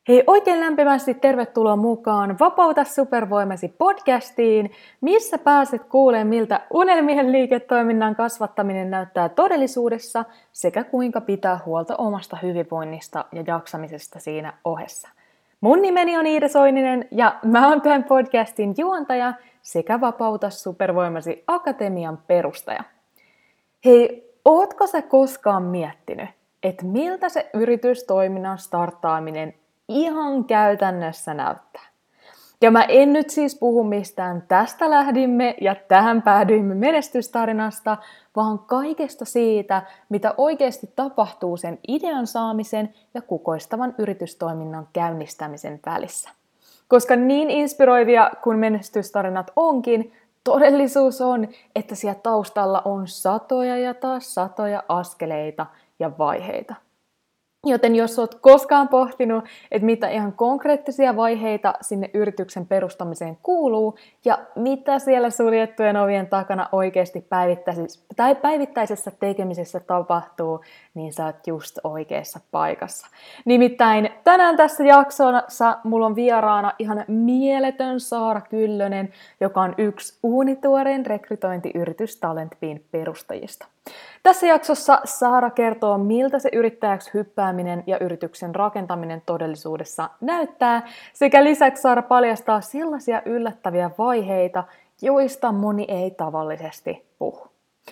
Hei, oikein lämpimästi tervetuloa mukaan Vapauta supervoimasi podcastiin, missä pääset kuulemaan, miltä unelmien liiketoiminnan kasvattaminen näyttää todellisuudessa sekä kuinka pitää huolta omasta hyvinvoinnista ja jaksamisesta siinä ohessa. Mun nimeni on Iida Soininen ja mä oon tämän podcastin juontaja sekä Vapauta supervoimasi akatemian perustaja. Hei, ootko sä koskaan miettinyt, että miltä se yritystoiminnan starttaaminen ihan käytännössä näyttää? Ja mä en nyt siis puhu mistään tästä lähdimme ja tähän päädyimme menestystarinasta, vaan kaikesta siitä, mitä oikeasti tapahtuu sen idean saamisen ja kukoistavan yritystoiminnan käynnistämisen välissä. Koska niin inspiroivia kuin menestystarinat onkin, todellisuus on, että siellä taustalla on satoja ja taas satoja askeleita ja vaiheita. Joten jos olet koskaan pohtinut, että mitä ihan konkreettisia vaiheita sinne yrityksen perustamiseen kuuluu ja mitä siellä suljettujen ovien takana oikeasti päivittäisessä tekemisessä tapahtuu, niin sä oot just oikeassa paikassa. Nimittäin tänään tässä jaksossa mulla on vieraana ihan mieletön Saara Kyllönen, joka on yksi uunituoreen rekrytointiyritys Talentbean perustajista. Tässä jaksossa Saara kertoo, miltä se yrittäjäksi hyppääminen ja yrityksen rakentaminen todellisuudessa näyttää, sekä lisäksi Saara paljastaa sellaisia yllättäviä vaiheita, joista moni ei tavallisesti puhu.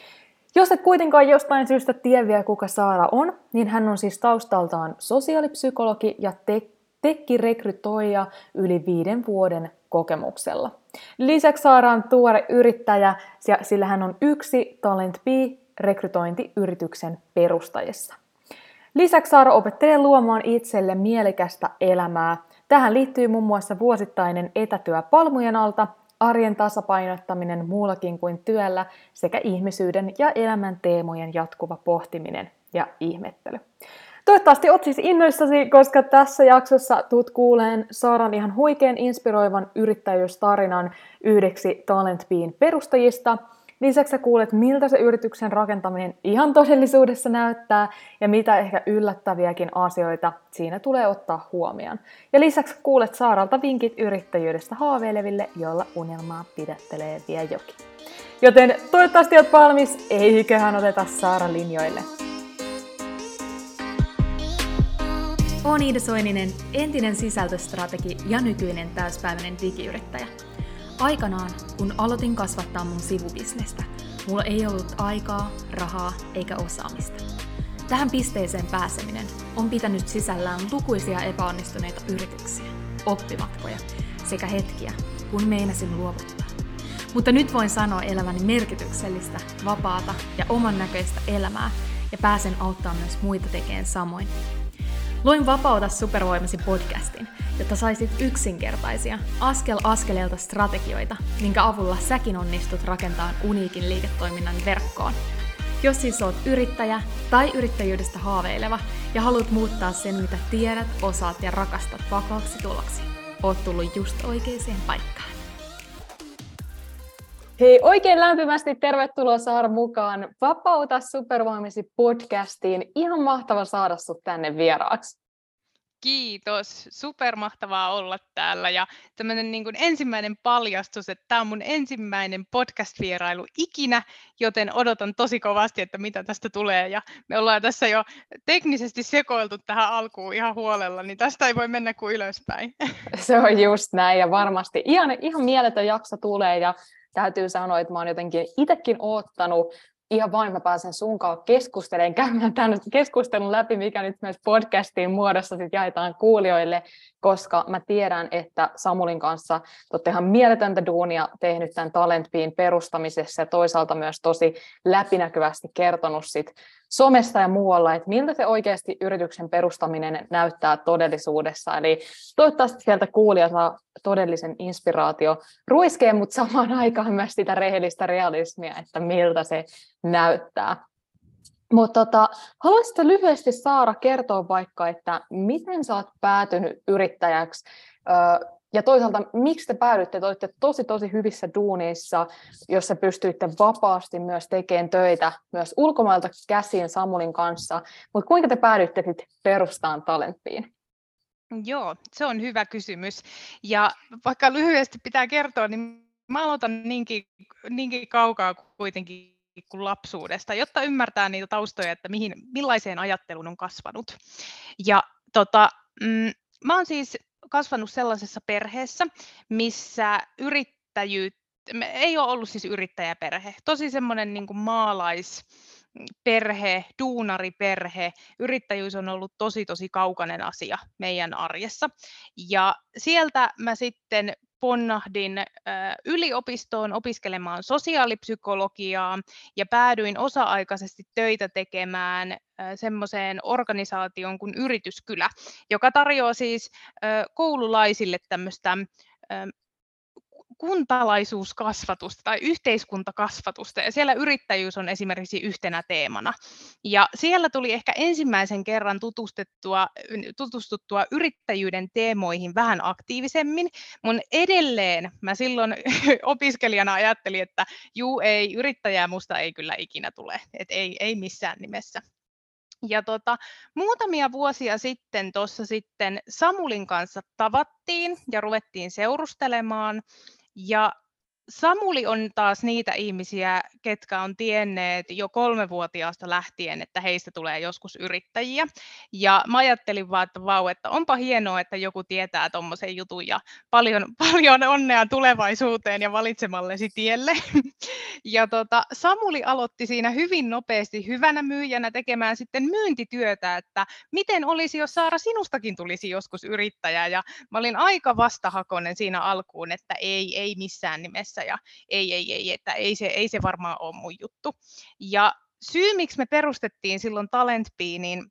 Jos et kuitenkaan jostain syystä tiedä vielä, kuka Saara on, niin hän on siis taustaltaan sosiaalipsykologi ja tekkirekrytoija yli 5 vuoden kokemuksella. Lisäksi Saara on tuore yrittäjä, sillä hän on yksi Talentbean rekrytointiyrityksen perustajissa. Lisäksi Saara opettelee luomaan itselle mielekästä elämää. Tähän liittyy muun muassa vuosittainen etätyö palmujen alta, arjen tasapainottaminen muullakin kuin työllä sekä ihmisyyden ja elämän teemojen jatkuva pohtiminen ja ihmettely. Toivottavasti oot siis innoissasi, koska tässä jaksossa tulet kuuleen Saaran ihan huikean inspiroivan yrittäjyystarinan yhdeksi Talentbean perustajista. Lisäksi sä kuulet, miltä se yrityksen rakentaminen ihan todellisuudessa näyttää ja mitä ehkä yllättäviäkin asioita siinä tulee ottaa huomioon. Ja lisäksi kuulet Saaralta vinkit yrittäjyydestä haaveileville, joilla unelmaa pidättelee vie joki. Joten toivottavasti oot valmis, eiköhän oteta Saara linjoille. Oon Iida Soininen, entinen sisältöstrategi ja nykyinen täyspäiväinen digiyrittäjä. Aikanaan, kun aloitin kasvattaa mun sivubisnestä, mulla ei ollut aikaa, rahaa eikä osaamista. Tähän pisteeseen pääseminen on pitänyt sisällään lukuisia epäonnistuneita yrityksiä, oppimatkoja sekä hetkiä, kun meinasin luovuttaa. Mutta nyt voin sanoa elämäni merkityksellistä, vapaata ja oman näköistä elämää ja pääsen auttamaan myös muita tekemään samoin. Luin Vapauta supervoimasi podcastin, jotta saisit yksinkertaisia, askel askeleelta strategioita, minkä avulla säkin onnistut rakentamaan uniikin liiketoiminnan verkkoon. Jos siis oot yrittäjä tai yrittäjyydestä haaveileva ja haluat muuttaa sen, mitä tiedät, osaat ja rakastat vakaaksi tuloksi, oot tullut just oikeaan paikkaan. Hei, oikein lämpimästi tervetuloa Saara mukaan Vapauta supervoimasi podcastiin. Ihan mahtava saada sut tänne vieraaksi. Kiitos, supermahtavaa olla täällä ja tämmöinen niin kuin ensimmäinen paljastus, että tämä on mun ensimmäinen podcast-vierailu ikinä, joten odotan tosi kovasti, että mitä tästä tulee ja me ollaan tässä jo teknisesti sekoiltu tähän alkuun ihan huolella, niin tästä ei voi mennä kuin ylöspäin. Se on just näin ja varmasti ihan mieletön jakso tulee ja täytyy sanoa, että mä oon jotenkin itsekin oottanut ihan vain mä pääsen sunkaan keskustelemaan, käymään tämän keskustelun läpi, mikä nyt myös podcastin muodossa sit jaetaan kuulijoille, koska mä tiedän, että Samulin kanssa olette ihan mieletöntä duunia tehnyt tämän Talentbean perustamisessa ja toisaalta myös tosi läpinäkyvästi kertonut sit somesta ja muualla, että miltä se oikeasti yrityksen perustaminen näyttää todellisuudessa. Eli toivottavasti sieltä kuulija saa todellisen inspiraatio ruiskeen, mutta samaan aikaan myös sitä rehellistä realismia, että miltä se näyttää. Mutta haluaisitko lyhyesti Saara kertoa vaikka, että miten sä oot päätynyt yrittäjäksi ja toisaalta miksi te päädyitte, että olitte tosi hyvissä duunissa, jossa pystyitte vapaasti myös tekemään töitä myös ulkomailta käsin Samulin kanssa, mutta kuinka te päädyitte sitten perustamaan Talentbean? Joo, se on hyvä kysymys. Ja vaikka lyhyesti pitää kertoa, niin mä aloitan niinkin kaukaa kuitenkin kuin lapsuudesta, jotta ymmärtää niitä taustoja, että millaiseen ajatteluun on kasvanut. Ja tota, mm, mä oon siis kasvanut sellaisessa perheessä, missä me ei ole ollut siis yrittäjäperhe, tosi semmoinen niin kuin maalaisperhe, duunariperhe. Yrittäjyys on ollut tosi kaukainen asia meidän arjessa. Ja sieltä mä sitten ponnahdin yliopistoon opiskelemaan sosiaalipsykologiaa ja päädyin osa-aikaisesti töitä tekemään semmoiseen organisaatioon kuin Yrityskylä, joka tarjoaa siis koululaisille tämmöistä kuntalaisuuskasvatusta tai yhteiskuntakasvatusta, ja siellä yrittäjyys on esimerkiksi yhtenä teemana. Ja siellä tuli ehkä ensimmäisen kerran tutustuttua yrittäjyyden teemoihin vähän aktiivisemmin, mun edelleen mä silloin opiskelijana ajattelin, että ei, yrittäjää musta ei kyllä ikinä tule, että ei missään nimessä. Ja muutamia vuosia sitten tuossa sitten Samulin kanssa tavattiin ja ruvettiin seurustelemaan. Ja Samuli on taas niitä ihmisiä, ketkä on tienneet jo 3-vuotiaasta lähtien, että heistä tulee joskus yrittäjiä. Ja mä ajattelin vaan, että vau, että onpa hienoa, että joku tietää tommosen jutun ja paljon onnea tulevaisuuteen ja valitsemallesi tielle. Ja Samuli aloitti siinä hyvin nopeasti hyvänä myyjänä tekemään sitten myyntityötä, että miten olisi, jos Saara sinustakin tulisi joskus yrittäjä. Ja mä olin aika vastahakoinen siinä alkuun, että ei missään nimessä ja että ei se varmaan ole mun juttu. Ja syy, miksi me perustettiin silloin Talentbee, niin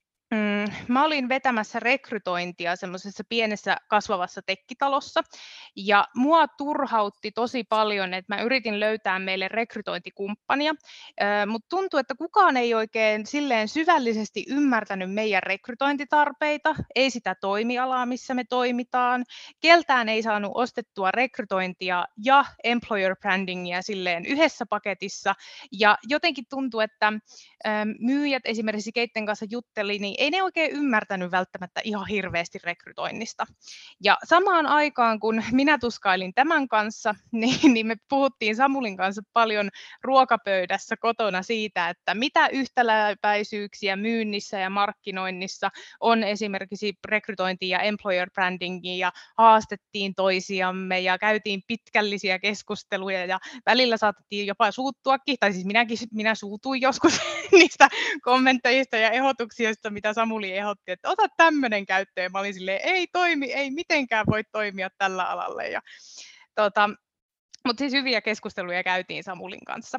mä olin vetämässä rekrytointia semmoisessa pienessä kasvavassa tekkitalossa, ja mua turhautti tosi paljon, että mä yritin löytää meille rekrytointikumppania, mutta tuntuu, että kukaan ei oikein silleen syvällisesti ymmärtänyt meidän rekrytointitarpeita, ei sitä toimialaa, missä me toimitaan, keltään ei saanut ostettua rekrytointia ja employer brandingia silleen yhdessä paketissa, ja jotenkin tuntuu, että myyjät esimerkiksi, keitten kanssa jutteli, niin ei ne oikein ymmärtänyt välttämättä ihan hirveästi rekrytoinnista. Ja samaan aikaan, kun minä tuskailin tämän kanssa, niin me puhuttiin Samulin kanssa paljon ruokapöydässä kotona siitä, että mitä yhtäläpäisyyksiä myynnissä ja markkinoinnissa on esimerkiksi rekrytointiin ja employer brandingiin, ja haastettiin toisiamme ja käytiin pitkällisiä keskusteluja ja välillä saatettiin jopa suuttuakin, tai siis minä suutuin joskus niistä kommenteista ja ehdotuksista, mitä Samuli ehdotti, että ota tämmöinen käyttöön. Mä olin silleen, ei toimi, ei mitenkään voi toimia tällä alalla. Mutta siis hyviä keskusteluja käytiin Samulin kanssa.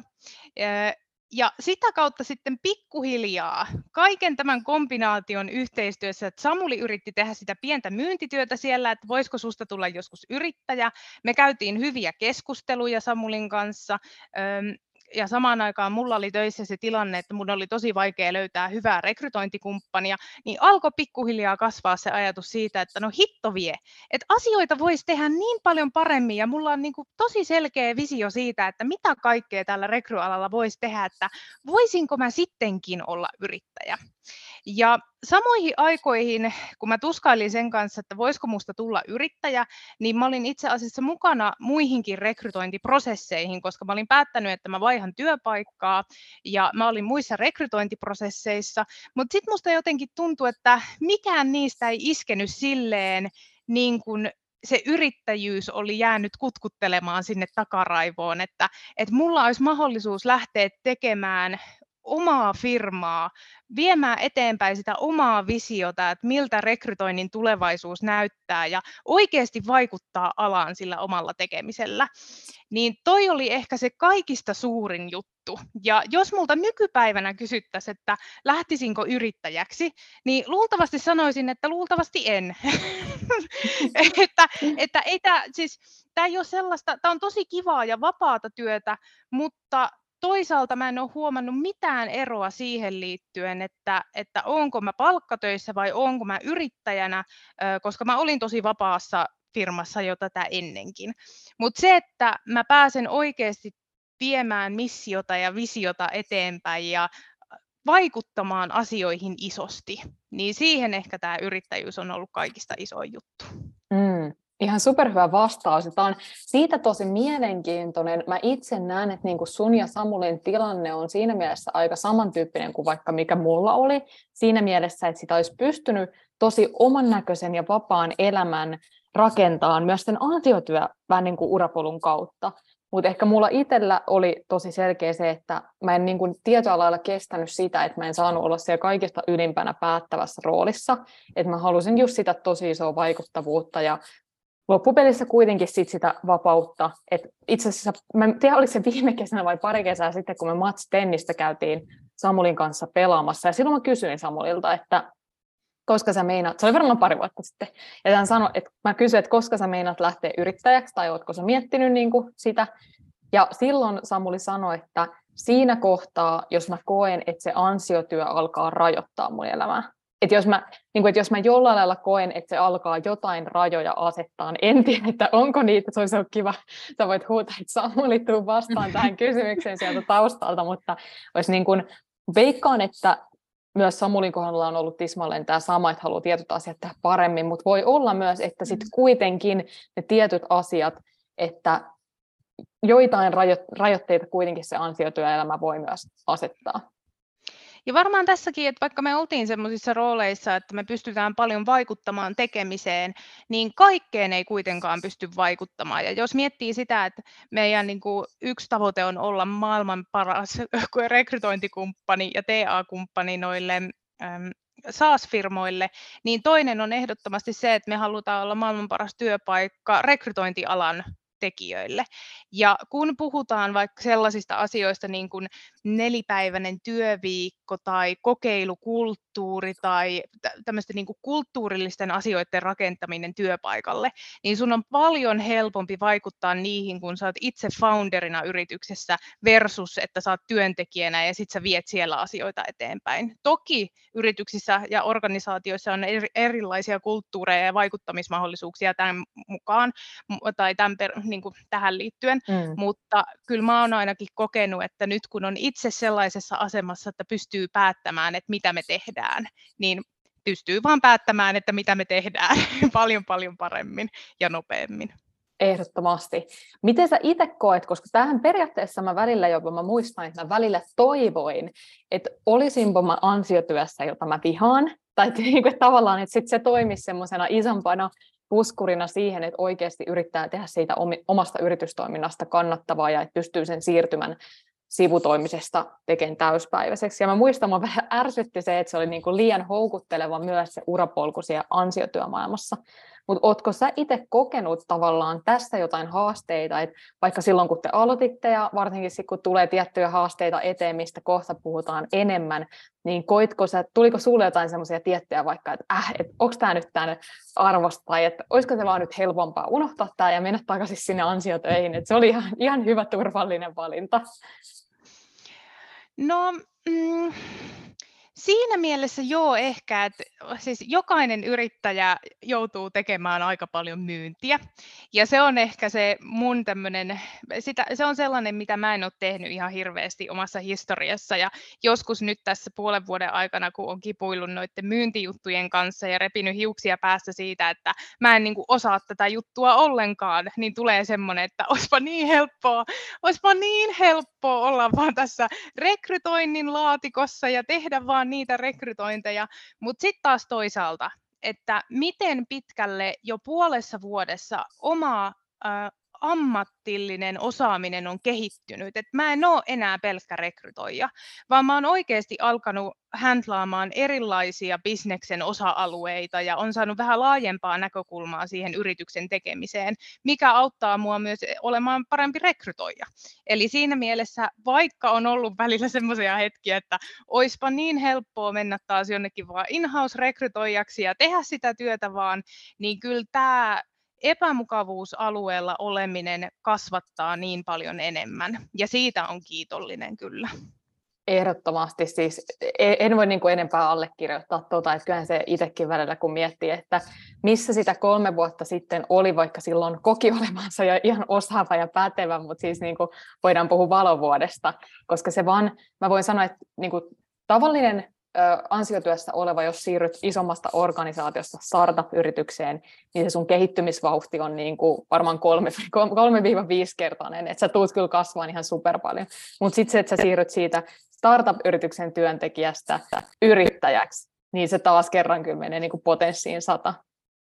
Ja sitä kautta sitten pikkuhiljaa kaiken tämän kombinaation yhteistyössä, että Samuli yritti tehdä sitä pientä myyntityötä siellä, että voisiko susta tulla joskus yrittäjä. Me käytiin hyviä keskusteluja Samulin kanssa. Ja samaan aikaan mulla oli töissä se tilanne, että mun oli tosi vaikea löytää hyvää rekrytointikumppania, niin alkoi pikkuhiljaa kasvaa se ajatus siitä, että no hitto vie, että asioita voisi tehdä niin paljon paremmin, ja mulla on niin kuin tosi selkeä visio siitä, että mitä kaikkea tällä rekryalalla voisi tehdä, että voisinko mä sittenkin olla yrittäjä. Ja samoihin aikoihin, kun mä tuskailin sen kanssa, että voisiko musta tulla yrittäjä, niin mä olin itse asiassa mukana muihinkin rekrytointiprosesseihin, koska mä olin päättänyt, että mä vaihan työpaikkaa, ja mä olin muissa rekrytointiprosesseissa, mutta sitten musta jotenkin tuntui, että mikään niistä ei iskenyt silleen, niin kuin se yrittäjyys oli jäänyt kutkuttelemaan sinne takaraivoon, että mulla olisi mahdollisuus lähteä tekemään omaa firmaa, viemään eteenpäin sitä omaa visiota, että miltä rekrytoinnin tulevaisuus näyttää ja oikeasti vaikuttaa alaan sillä omalla tekemisellä. Niin toi oli ehkä se kaikista suurin juttu. Ja jos multa nykypäivänä kysyttäisiin, että lähtisinkö yrittäjäksi, niin luultavasti sanoisin, että luultavasti en. että ei tämä ei ole sellaista, tämä on tosi kivaa ja vapaata työtä, mutta toisaalta mä en ole huomannut mitään eroa siihen liittyen, että onko mä palkkatöissä vai onko mä yrittäjänä, koska mä olin tosi vapaassa firmassa jo tätä ennenkin. Mutta se, että mä pääsen oikeasti viemään missiota ja visiota eteenpäin ja vaikuttamaan asioihin isosti, niin siihen ehkä tämä yrittäjyys on ollut kaikista isoin juttu. Ihan superhyvä vastaus. Tämä on siitä tosi mielenkiintoinen. Mä itse näen, että niin kuin sun ja Samulin tilanne on siinä mielessä aika samantyyppinen kuin vaikka mikä mulla oli. Siinä mielessä, että sitä olisi pystynyt tosi oman näköisen ja vapaan elämän rakentamaan myös sen ansiotyö vähän niin kuin urapolun kautta. Mutta ehkä mulla itsellä oli tosi selkeä se, että mä en niin kuin tietyllä lailla kestänyt sitä, että mä en saanut olla siellä kaikista ylimpänä päättävässä roolissa. Että mä halusin just sitä tosi isoa vaikuttavuutta ja loppupelissä kuitenkin sitä vapautta. Et itse asiassa, mä en tiedä, oliko se viime kesänä vai pari kesää sitten, kun me match-tennistä käytiin Samulin kanssa pelaamassa. Ja silloin mä kysyin Samulilta, että koska sä meinaat, se oli varmaan pari vuotta sitten, ja hän sanoi, että mä kysyin, että koska sä meinaat lähteä yrittäjäksi, tai ootko sä miettinyt niin kuin sitä. Ja silloin Samuli sanoi, että siinä kohtaa, jos mä koen, että se ansiotyö alkaa rajoittaa mun elämää. Että jos mä jollain lailla koen, että se alkaa jotain rajoja asettaa, niin en tiedä, että onko niitä, se olisi ollut kiva, sä voit huutaa, että Samuli tuu vastaan tähän kysymykseen sieltä taustalta, mutta olisi niin kuin, veikkaan, että myös Samulin kohdalla on ollut tismalleen tämä sama, että haluaa tietyt asiat tehdä paremmin, mutta voi olla myös, että sitten kuitenkin ne tietyt asiat, että joitain rajoitteita kuitenkin se ansiotyöelämä voi myös asettaa. Ja varmaan tässäkin, että vaikka me oltiin sellaisissa rooleissa, että me pystytään paljon vaikuttamaan tekemiseen, niin kaikkeen ei kuitenkaan pysty vaikuttamaan. Ja jos miettii sitä, että meidän niin kuin yksi tavoite on olla maailman paras rekrytointikumppani ja TA-kumppani noille SaaS-firmoille, niin toinen on ehdottomasti se, että me halutaan olla maailman paras työpaikka rekrytointialan tekijöille. Ja kun puhutaan vaikka sellaisista asioista niin kuin nelipäiväinen työviikko tai kokeilukulttuuri tai tämmöisten niin kuin kulttuurillisten asioiden rakentaminen työpaikalle, niin sun on paljon helpompi vaikuttaa niihin, kun sä oot itse founderina yrityksessä versus, että sä oot työntekijänä ja sit sä viet siellä asioita eteenpäin. Toki yrityksissä ja organisaatioissa on erilaisia kulttuureja ja vaikuttamismahdollisuuksia tämän mukaan tai niin kuin tähän liittyen, mutta kyllä mä oon ainakin kokenut, että nyt kun on itse sellaisessa asemassa, että pystyy päättämään, että mitä me tehdään, niin pystyy vaan päättämään, että mitä me tehdään paljon paremmin ja nopeammin. Ehdottomasti. Miten sä itse koet, koska tähän periaatteessa mä muistan, että mä välillä toivoin, että olisinpo mä ansiotyössä, jota mä vihaan, tai tavallaan, että sit se toimisi semmoisena isompana puskurina siihen, että oikeasti yrittää tehdä siitä omasta yritystoiminnasta kannattavaa ja että pystyy sen siirtymän sivutoimisesta tekemään täyspäiväiseksi. Ja mä muistan, mä vähän ärsytti se, että se oli niin kuin liian houkutteleva myös se urapolku siellä ansiotyömaailmassa. Mutta ootko sä itse kokenut tavallaan tässä jotain haasteita, että vaikka silloin kun te aloititte ja varsinkin kun tulee tiettyjä haasteita eteen, mistä kohta puhutaan enemmän, niin tuliko sulle jotain semmoisia tiettyjä vaikka, että onko tämä nyt tämän arvosta tai että olisiko se vaan nyt helpompaa unohtaa tämä ja mennä takaisin sinne ansiotöihin, että se oli ihan hyvä turvallinen valinta. No, siinä mielessä joo ehkä, että siis jokainen yrittäjä joutuu tekemään aika paljon myyntiä ja se on ehkä se mun tämmöinen, se on sellainen, mitä mä en ole tehnyt ihan hirveästi omassa historiassa ja joskus nyt tässä puolen vuoden aikana, kun on kipuillut noiden myyntijuttujen kanssa ja repinyt hiuksia päästä siitä, että mä en niin kuin osaa tätä juttua ollenkaan, niin tulee semmoinen, että olisipa niin helppoa olla vaan tässä rekrytoinnin laatikossa ja tehdä vaan niitä rekrytointeja, mutta sitten taas toisaalta, että miten pitkälle jo puolessa vuodessa oma ammatillinen osaaminen on kehittynyt, että mä en ole enää pelkkä rekrytoija, vaan mä oon oikeasti alkanut handlaamaan erilaisia bisneksen osa-alueita ja on saanut vähän laajempaa näkökulmaa siihen yrityksen tekemiseen, mikä auttaa mua myös olemaan parempi rekrytoija. Eli siinä mielessä, vaikka on ollut välillä semmoisia hetkiä, että oispa niin helppoa mennä taas jonnekin vaan in-house-rekrytoijaksi ja tehdä sitä työtä vaan, niin kyllä tämä epämukavuusalueella oleminen kasvattaa niin paljon enemmän ja siitä on kiitollinen kyllä. Ehdottomasti, siis en voi niin kuin enempää allekirjoittaa että kyllähän se itsekin välillä kun miettii, että missä sitä 3 vuotta sitten oli, vaikka silloin koki olevansa ja ihan osaava ja pätevä, mutta siis niin kuin voidaan puhua valovuodesta, koska se vaan, mä voin sanoa, että niin kuin tavallinen ansiotyössä oleva, jos siirryt isommasta organisaatiosta startup-yritykseen, niin se sun kehittymisvauhti on niin kuin varmaan 3-5-kertainen, että sä tuut kyllä kasvaan ihan super paljon. Mutta sitten se, että sä siirryt siitä startup-yrityksen työntekijästä yrittäjäksi, niin se taas kerran kyllä menee niin kuin potenssiin 100.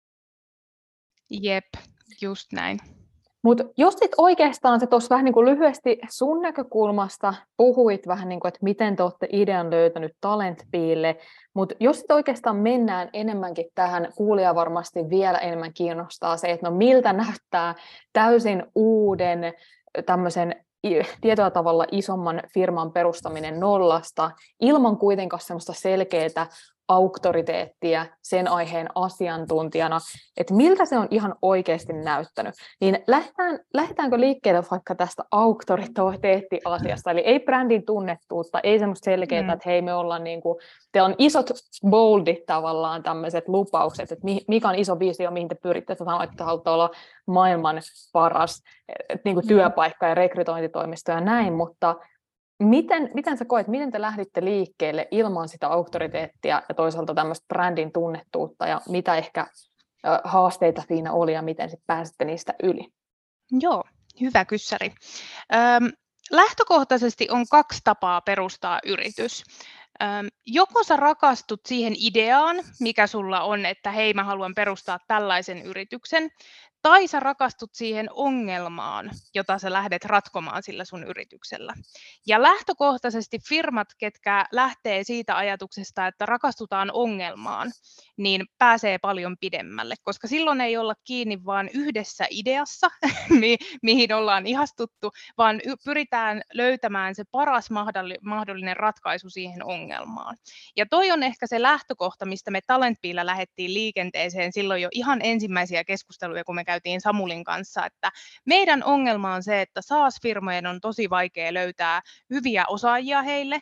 Jep, just näin. Mutta jos sit oikeastaan se tuossa vähän niin kuin lyhyesti sun näkökulmasta puhuit vähän niin kuin, että miten te olette idean löytänyt Talentbeelle, mutta jos sit oikeastaan mennään enemmänkin tähän, kuulija varmasti vielä enemmän kiinnostaa se, että no miltä näyttää täysin uuden tämmöisen tietyllä tavalla isomman firman perustaminen nollasta, ilman kuitenkaan semmoista selkeää auktoriteettia sen aiheen asiantuntijana, että miltä se on ihan oikeasti näyttänyt. Niin lähdetäänkö liikkeelle vaikka tästä auktoriteettiasiasta, eli ei brändin tunnettuutta, ei semmoista selkeää, että hei me ollaan niinku, teillä on isot boldit tavallaan tämmöiset lupaukset, että mikä on iso visio, mihin te pyritte, että haluatte olla maailman paras niinku työpaikka ja rekrytointitoimisto ja näin, mutta miten sä koet, miten te lähditte liikkeelle ilman sitä auktoriteettia ja toisaalta tämmöistä brändin tunnettuutta ja mitä ehkä haasteita siinä oli ja miten sitten pääsitte niistä yli? Joo, hyvä kyssäri. Lähtökohtaisesti on 2 tapaa perustaa yritys. Joko sä rakastut siihen ideaan, mikä sulla on, että hei mä haluan perustaa tällaisen yrityksen, tai sä rakastut siihen ongelmaan, jota sä lähdet ratkomaan sillä sun yrityksellä. Ja lähtökohtaisesti firmat, ketkä lähtee siitä ajatuksesta, että rakastutaan ongelmaan, niin pääsee paljon pidemmälle, koska silloin ei olla kiinni vaan yhdessä ideassa, mihin ollaan ihastuttu, vaan pyritään löytämään se paras mahdollinen ratkaisu siihen ongelmaan. Ja toi on ehkä se lähtökohta, mistä me Talentbeellä lähdettiin liikenteeseen silloin jo ihan ensimmäisiä keskusteluja, kun me käytiin Samulin kanssa, että meidän ongelma on se, että SaaS-firmojen on tosi vaikea löytää hyviä osaajia heille.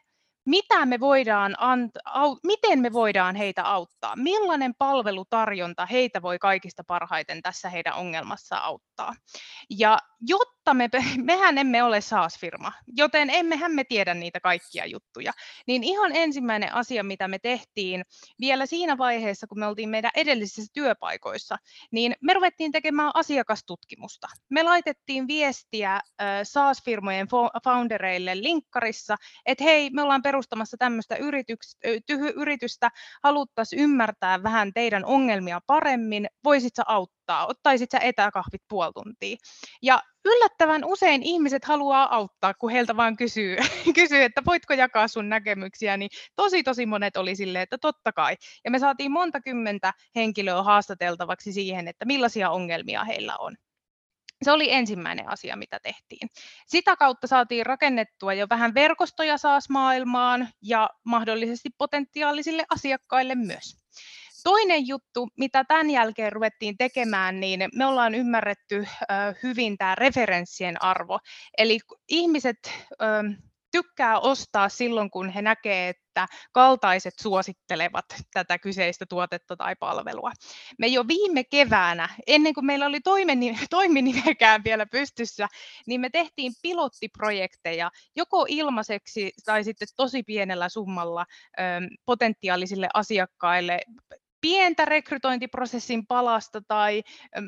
Miten me voidaan heitä auttaa? Millainen palvelutarjonta heitä voi kaikista parhaiten tässä heidän ongelmassaan auttaa? Ja jotta mehän emme ole SaaS-firma, joten emmehän me tiedä niitä kaikkia juttuja, niin ihan ensimmäinen asia, mitä me tehtiin vielä siinä vaiheessa, kun me oltiin meidän edellisissä työpaikoissa, niin me ruvettiin tekemään asiakastutkimusta. Me laitettiin viestiä SaaS-firmojen foundereille linkkarissa, että hei, me ollaan perustamassa tämmöistä yritystä, haluttaisiin ymmärtää vähän teidän ongelmia paremmin, voisit sä auttaa, ottaisit sä etäkahvit puoli tuntia. Ja yllättävän usein ihmiset haluaa auttaa, kun heiltä vaan kysyy, että voitko jakaa sun näkemyksiä, niin tosi monet oli silleen, että totta kai. Ja me saatiin monta kymmentä henkilöä haastateltavaksi siihen, että millaisia ongelmia heillä on. Se oli ensimmäinen asia, mitä tehtiin. Sitä kautta saatiin rakennettua jo vähän verkostoja SaaS-maailmaan ja mahdollisesti potentiaalisille asiakkaille myös. Toinen juttu, mitä tämän jälkeen ruvettiin tekemään, niin me ollaan ymmärretty hyvin tämä referenssien arvo. Eli ihmiset tykkää ostaa silloin, kun he näkee, että kaltaiset suosittelevat tätä kyseistä tuotetta tai palvelua. Me jo viime keväänä, ennen kuin meillä oli toiminimekään vielä pystyssä, niin me tehtiin pilottiprojekteja joko ilmaiseksi tai sitten tosi pienellä summalla potentiaalisille asiakkaille pientä rekrytointiprosessin palasta tai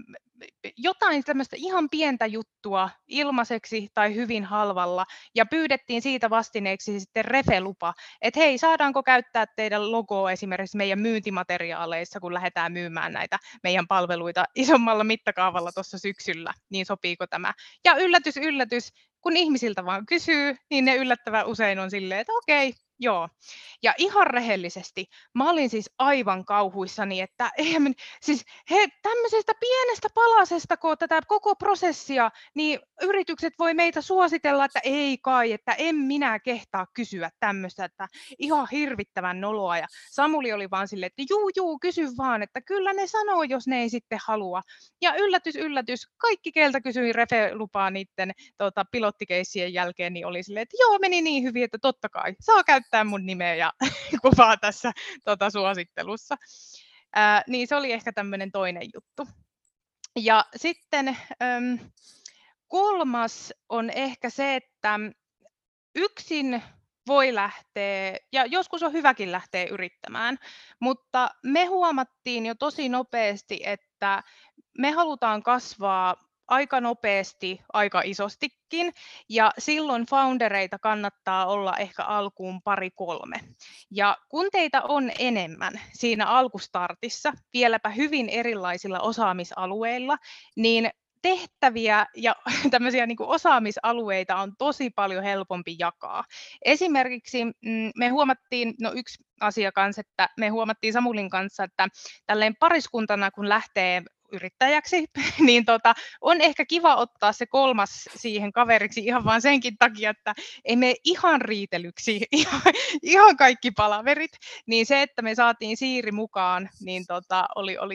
jotain tämmöistä ihan pientä juttua ilmaiseksi tai hyvin halvalla ja pyydettiin siitä vastineeksi sitten refe-lupa, että hei, saadaanko käyttää teidän logoa esimerkiksi meidän myyntimateriaaleissa, kun lähdetään myymään näitä meidän palveluita isommalla mittakaavalla tuossa syksyllä, niin sopiiko tämä? Ja yllätys, kun ihmisiltä vaan kysyy, niin ne yllättävän usein on silleen, että okei, joo. Ja ihan rehellisesti, mä olin siis aivan kauhuissani, että siis tämmöisestä pienestä palasesta, kun tätä koko prosessia, niin yritykset voi meitä suositella, että ei kai, että en minä kehtaa kysyä tämmöistä, että ihan hirvittävän noloa. Ja Samuli oli vaan silleen, että juu, kysy vaan, että kyllä ne sanoo, jos ne ei sitten halua. Ja yllätys, kaikki keltä kysyin refe-lupaa niiden pilottikeissien jälkeen, niin oli silleen, että joo, meni niin hyvin, että totta kai, saa käyttää mun nimeä ja kuvaa tässä suosittelussa. Niin se oli ehkä tämmöinen toinen juttu. Ja sitten kolmas on ehkä se, että yksin voi lähteä, ja joskus on hyväkin lähteä yrittämään, mutta me huomattiin jo tosi nopeasti, että me halutaan kasvaa aika nopeasti, aika isostikin, ja silloin foundereita kannattaa olla ehkä alkuun 2-3. Ja kun teitä on enemmän siinä alkustartissa, vieläpä hyvin erilaisilla osaamisalueilla, niin tehtäviä ja tämmöisiä niin kuin osaamisalueita on tosi paljon helpompi jakaa. Esimerkiksi me huomattiin, no yksi asia kanssa, että me huomattiin Samulin kanssa, että tälleen pariskuntana kun lähtee yrittäjäksi, niin on ehkä kiva ottaa se kolmas siihen kaveriksi ihan vaan senkin takia, että ei me ihan riitelyksi, ihan kaikki palaverit, niin se, että me saatiin Siiri mukaan, niin oli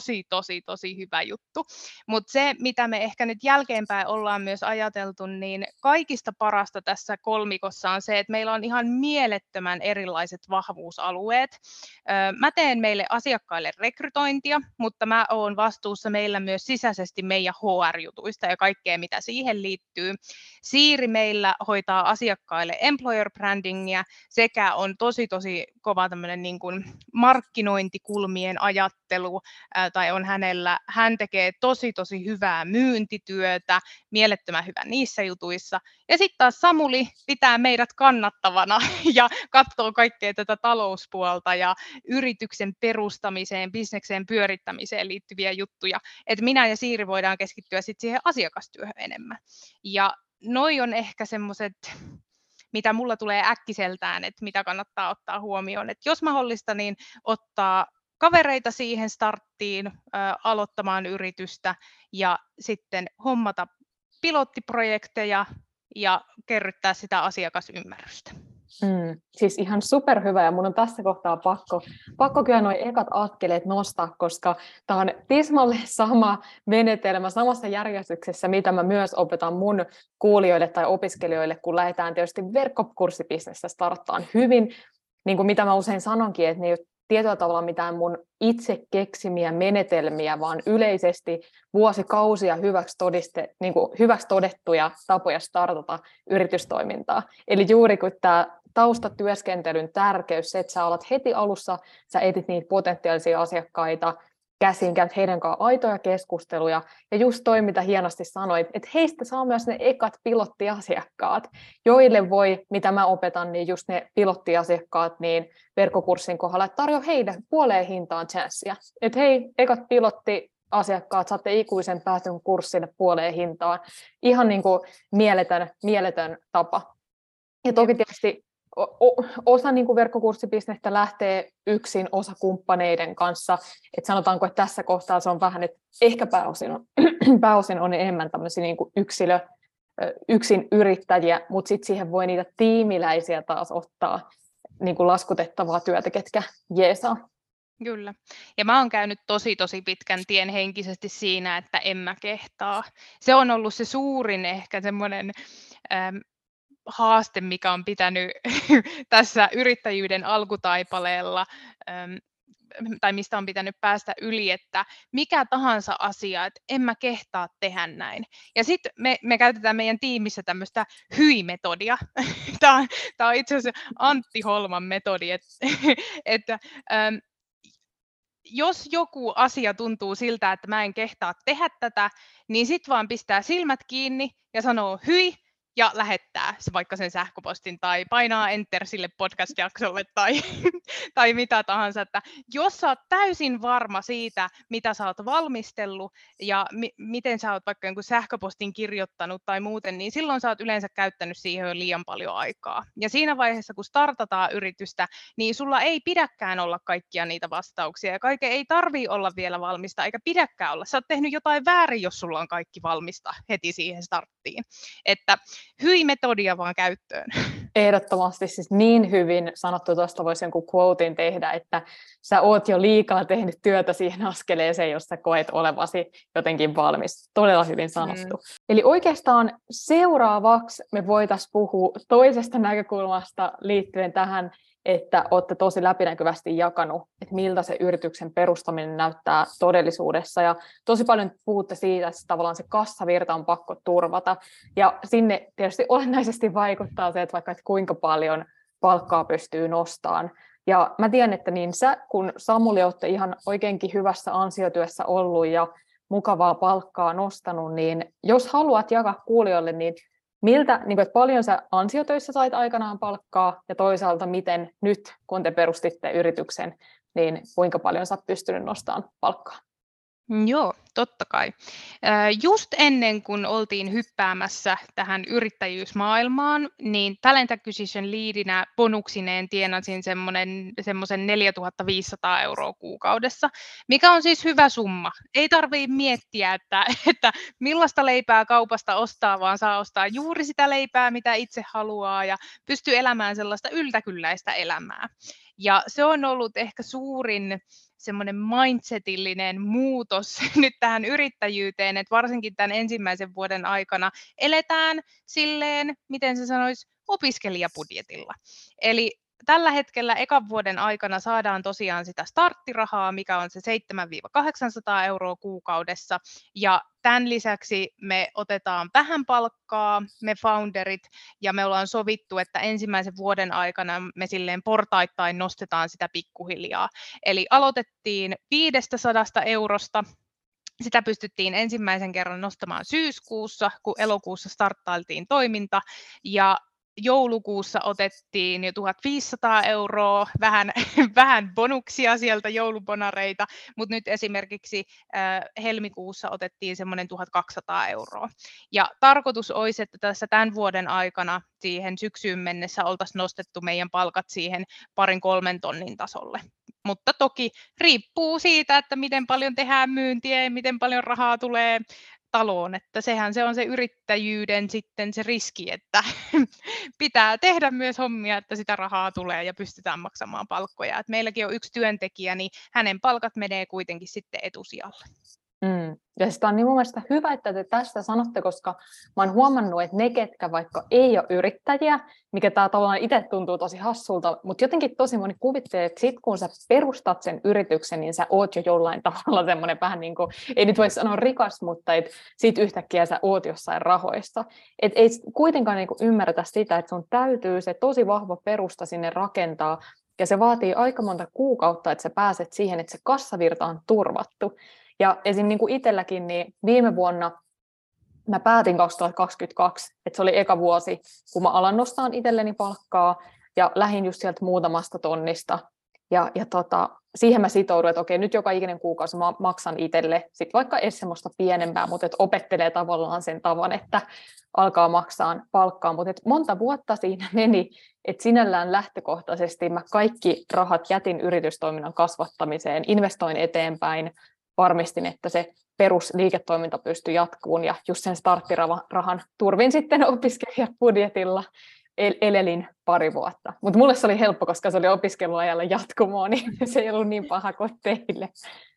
tosi hyvä juttu. Mutta se, mitä me ehkä nyt jälkeenpäin ollaan myös ajateltu, niin kaikista parasta tässä kolmikossa on se, että meillä on ihan mielettömän erilaiset vahvuusalueet. Mä teen meille asiakkaille rekrytointia, mutta mä oon vastuussa meillä myös sisäisesti meidän HR-jutuista ja kaikkea, mitä siihen liittyy. Siiri meillä hoitaa asiakkaille employer brandingia sekä on tosi kova tämmöinen niin kuin markkinointikulmien ajattelu, tai on hän tekee tosi hyvää myyntityötä, mielettömän hyvä niissä jutuissa. Ja sitten taas Samuli pitää meidät kannattavana ja katsoo kaikkea tätä talouspuolta ja yrityksen perustamiseen, bisneksen pyörittämiseen liittyviä juttuja. Että minä ja Siiri voidaan keskittyä sitten siihen asiakastyöhön enemmän. Ja noi on ehkä semmoiset, mitä mulla tulee äkkiseltään, että mitä kannattaa ottaa huomioon. Että jos mahdollista, niin ottaa kavereita siihen starttiin, aloittamaan yritystä ja sitten hommata pilottiprojekteja ja kerryttää sitä asiakasymmärrystä. Siis ihan superhyvä, ja mun on tässä kohtaa pakko kyllä nuo ekat askeleet nostaa, koska tämä on tismalleen sama menetelmä samassa järjestyksessä, mitä mä myös opetan mun kuulijoille tai opiskelijoille, kun lähdetään tietysti verkkokurssibisnestä starttaan hyvin, niin kuin mitä mä usein sanonkin, että ne ei ole tietyllä tavalla mitään mun itse keksimiä menetelmiä, vaan yleisesti vuosikausia hyväksi todettuja tapoja startata yritystoimintaa. Eli juuri kun tämä taustatyöskentelyn tärkeys, se, että sä alat heti alussa, sä etit niitä potentiaalisia asiakkaita käsiin, käyt heidän kanssaan aitoja keskusteluja, ja just toi, mitä hienosti sanoit, että heistä saa myös ne ekat pilottiasiakkaat, joille voi, mitä mä opetan, niin just ne pilottiasiakkaat, niin verkkokurssin kohdalla, että tarjoa heidän puoleen hintaan chanssia, että hei, ekat pilottiasiakkaat, saatte ikuisen päätön kurssille puoleen hintaan, ihan niin kuin mieletön tapa. Ja toki tietysti osa niin kuin verkkokurssibisnestä lähtee yksin, osa kumppaneiden kanssa. Et sanotaanko, että tässä kohtaa se on vähän, että ehkä pääosin on enemmän tämmöisiä niin kuin yksin yrittäjiä, mutta sitten siihen voi niitä tiimiläisiä taas ottaa niin kuin laskutettavaa työtä, ketkä jeesaa. Kyllä. Ja mä oon käynyt tosi pitkän tien henkisesti siinä, että en mä kehtaa. Se on ollut se suurin ehkä semmoinen haaste, mikä on pitänyt tässä yrittäjyyden alkutaipaleella, tai mistä on pitänyt päästä yli, että mikä tahansa asia, että en mä kehtaa tehdä näin. Ja sitten me käytetään meidän tiimissä tämmöistä hyi-metodia. Tämä on itse asiassa Antti Holman metodi, että jos joku asia tuntuu siltä, että mä en kehtaa tehdä tätä, niin sitten vaan pistää silmät kiinni ja sanoo hyi, ja lähettää vaikka sen sähköpostin tai painaa enter sille podcast-jaksolle tai mitä tahansa. Että jos sä oot täysin varma siitä, mitä sä oot valmistellut ja miten sä oot vaikka jonkun sähköpostin kirjoittanut tai muuten, niin silloin sä oot yleensä käyttänyt siihen jo liian paljon aikaa. Ja siinä vaiheessa, kun startataan yritystä, niin sulla ei pidäkään olla kaikkia niitä vastauksia ja kaiken ei tarvitse olla vielä valmista eikä pidäkään olla. Sä oot tehnyt jotain väärin, jos sulla on kaikki valmista heti siihen starttiin. Että hyi-metodia vaan käyttöön. Ehdottomasti, siis niin hyvin sanottu, tuosta voisi jonkun quotein tehdä, että sä oot jo liikaa tehnyt työtä siihen askeleeseen, jos sä koet olevasi jotenkin valmis. Todella hyvin sanottu. Eli oikeastaan seuraavaksi me voitaisiin puhua toisesta näkökulmasta liittyen tähän, että olette tosi läpinäkyvästi jakanut, että miltä se yrityksen perustaminen näyttää todellisuudessa. Ja tosi paljon puhutte siitä, että tavallaan se kassavirta on pakko turvata. Ja sinne tietysti olennaisesti vaikuttaa se, että vaikka että kuinka paljon palkkaa pystyy nostamaan. Ja mä tiedän, että niin sä, kun Samuli olette ihan oikeinkin hyvässä ansiotyössä ollut ja mukavaa palkkaa nostanut, niin jos haluat jakaa kuulijoille, niin miltä, niin kuin, että paljon sä ansiotöissä sait aikanaan palkkaa ja toisaalta miten nyt, kun te perustitte yrityksen, niin kuinka paljon sä oot pystynyt nostamaan palkkaa? Joo, totta kai. Just ennen kuin oltiin hyppäämässä tähän yrittäjyysmaailmaan, niin Talent Acquisition Leadinä bonuksineen tienasin semmoisen 4500 € kuukaudessa, mikä on siis hyvä summa. Ei tarvitse miettiä, että millaista leipää kaupasta ostaa, vaan saa ostaa juuri sitä leipää, mitä itse haluaa ja pystyy elämään sellaista yltäkylläistä elämää. Ja se on ollut ehkä suurin semmoinen mindsetillinen muutos nyt tähän yrittäjyyteen, että varsinkin tämän ensimmäisen vuoden aikana eletään silleen, miten se sanoisi, opiskelijabudjetilla. Eli tällä hetkellä ekan vuoden aikana saadaan tosiaan sitä starttirahaa, mikä on se 700–800 € kuukaudessa, ja tämän lisäksi me otetaan vähän palkkaa, me founderit, ja me ollaan sovittu, että ensimmäisen vuoden aikana me silleen portaittain nostetaan sitä pikkuhiljaa. Eli aloitettiin 500 €, sitä pystyttiin ensimmäisen kerran nostamaan syyskuussa, kun elokuussa starttailtiin toiminta, ja joulukuussa otettiin jo 1500 €, vähän bonuksia sieltä, joulubonareita, mutta nyt esimerkiksi helmikuussa otettiin semmoinen 1200 €. Ja tarkoitus olisi, että tässä tämän vuoden aikana siihen syksyyn mennessä oltaisiin nostettu meidän palkat siihen 2–3 tonnin tasolle. Mutta toki riippuu siitä, että miten paljon tehdään myyntiä ja miten paljon rahaa tulee taloon, että sehän se on se yrittäjyyden sitten se riski, että pitää tehdä myös hommia, että sitä rahaa tulee ja pystytään maksamaan palkkoja. Et meilläkin on yksi työntekijä, niin hänen palkat menee kuitenkin sitten etusijalle. Ja sitä on niin mun mielestä hyvä, että te tästä sanotte, koska mä oon huomannut, että ne, ketkä vaikka ei ole yrittäjiä, mikä tää tavallaan itse tuntuu tosi hassulta, mutta jotenkin tosi moni kuvittelee, että sit kun sä perustat sen yrityksen, niin sä oot jo jollain tavalla semmoinen vähän niin kuin, ei nyt voi sanoa rikas, mutta et sit yhtäkkiä sä oot jossain rahoissa. Et ei kuitenkaan niin kuin ymmärretä sitä, että sun täytyy se tosi vahva perusta sinne rakentaa, ja se vaatii aika monta kuukautta, että sä pääset siihen, että se kassavirta on turvattu. Ja esim. Niin kuin itselläkin, niin viime vuonna mä päätin 2022, että se oli eka vuosi, kun mä alan nostaa itselleni palkkaa ja lähdin just sieltä muutamasta tonnista. Ja siihen mä sitouduin, että okei, nyt joka ikinen kuukausi mä maksan itselle sit vaikka edes semmoista pienempää, mutta että opettelee tavallaan sen tavan, että alkaa maksaa palkkaa. Mutta monta vuotta siinä meni, että sinällään lähtökohtaisesti mä kaikki rahat jätin yritystoiminnan kasvattamiseen, investoin eteenpäin, varmistin, että se perusliiketoiminta pystyi jatkuun ja just sen starttirahan turvin sitten opiskelijabudjetilla elelin pari vuotta. Mutta mulle se oli helppo, koska se oli opiskeluajalla jatkumoa, niin se ei ollut niin paha kuin teille.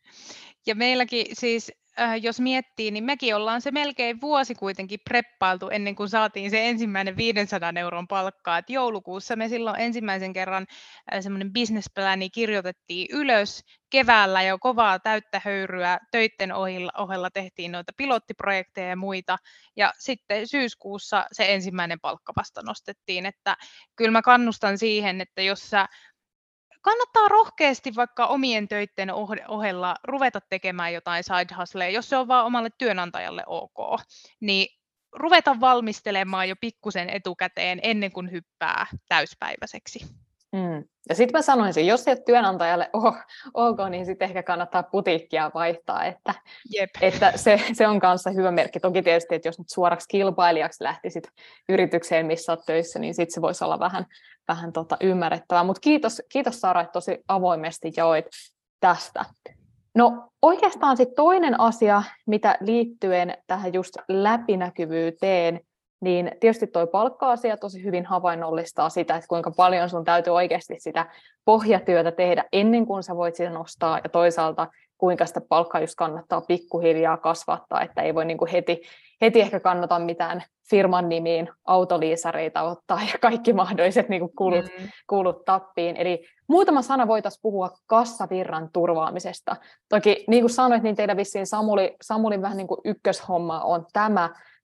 Ja meilläkin siis, jos miettii, niin mekin ollaan se melkein vuosi kuitenkin preppailtu ennen kuin saatiin se ensimmäinen 500 € palkkaa. Et joulukuussa me silloin ensimmäisen kerran semmoinen business-pläni kirjoitettiin ylös. Keväällä jo kovaa täyttä höyryä töitten ohella tehtiin noita pilottiprojekteja ja muita. Ja sitten syyskuussa se ensimmäinen palkka vasta nostettiin. Että kyllä mä kannustan siihen, että jos sä kannattaa rohkeasti vaikka omien töiden ohella ruveta tekemään jotain side hustleja, jos se on vaan omalle työnantajalle ok, niin ruveta valmistelemaan jo pikkusen etukäteen ennen kuin hyppää täyspäiväiseksi. Ja sitten mä sanoisin, jos ei ole työnantajalle ok, niin sitten ehkä kannattaa putiikkia vaihtaa, että se on kanssa hyvä merkki. Toki tietysti, että jos nyt suoraksi kilpailijaksi lähtisit yritykseen, missä olet töissä, niin sitten se voisi olla vähän ymmärrettävää. Mutta kiitos Sara, että tosi avoimesti jaoit tästä. No oikeastaan sitten toinen asia, mitä liittyen tähän just läpinäkyvyyteen, niin tietysti tuo palkka-asia tosi hyvin havainnollistaa sitä, että kuinka paljon sun täytyy oikeasti sitä pohjatyötä tehdä ennen kuin sä voit sitä nostaa, ja toisaalta kuinka sitä palkkaa just kannattaa pikkuhiljaa kasvattaa, että ei voi niin kuin heti ehkä kannata mitään firman nimiin autoliisareita ottaa ja kaikki mahdolliset niin kuin kulut tappiin. Eli muutama sana voitaisiin puhua kassavirran turvaamisesta. Toki niin kuin sanoit, niin teillä vissiin Samulin vähän niin kuin ykköshomma on tämä,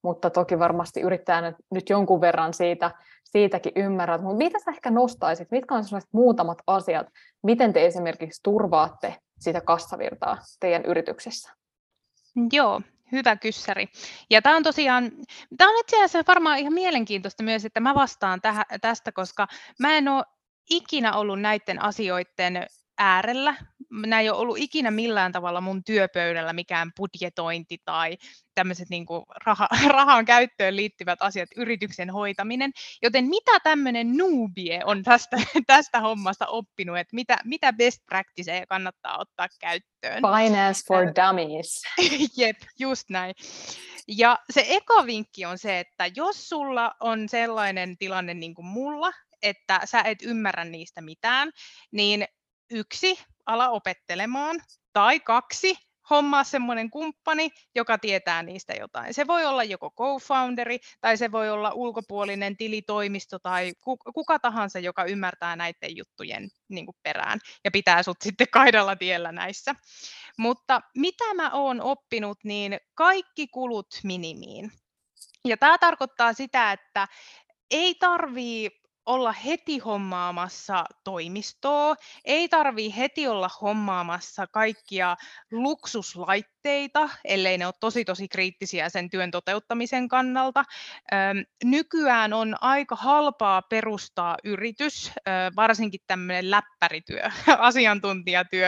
mutta toki varmasti yrittäjänä nyt jonkun verran siitäkin ymmärrät. Mutta mitä sä ehkä nostaisit? Mitkä on sellaiset muutamat asiat, miten te esimerkiksi turvaatte sitä kassavirtaa teidän yrityksessä? Joo, hyvä kyssäri. Ja tämä on tosiaan, tämä on itse asiassa varmaan ihan mielenkiintoista myös, että mä vastaan tästä, koska mä en ole ikinä ollut näiden asioiden äärellä. Nämä ei ole ollut ikinä millään tavalla mun työpöydällä mikään budjetointi tai tämmöiset niin kuin rahan käyttöön liittyvät asiat, yrityksen hoitaminen. Joten mitä tämmöinen noobie on tästä hommasta oppinut, että mitä best practiceja kannattaa ottaa käyttöön? Finance for dummies. Jep, just näin. Ja se eka vinkki on se, että jos sulla on sellainen tilanne niin kuin mulla, että sä et ymmärrä niistä mitään, niin 1, ala opettelemaan, tai 2, hommaa semmoinen kumppani, joka tietää niistä jotain. Se voi olla joko co-founderi, tai se voi olla ulkopuolinen tilitoimisto, tai kuka tahansa, joka ymmärtää näiden juttujen niin kuin perään, ja pitää sut sitten kaidalla tiellä näissä. Mutta mitä mä oon oppinut, niin kaikki kulut minimiin. Ja tämä tarkoittaa sitä, että ei tarvii olla heti hommaamassa toimistoa, ei tarvii heti olla hommaamassa kaikkia luksuslaitteita, ellei ne ole tosi kriittisiä sen työn toteuttamisen kannalta. Nykyään on aika halpaa perustaa yritys, varsinkin tämmöinen läppärityö, asiantuntijatyö,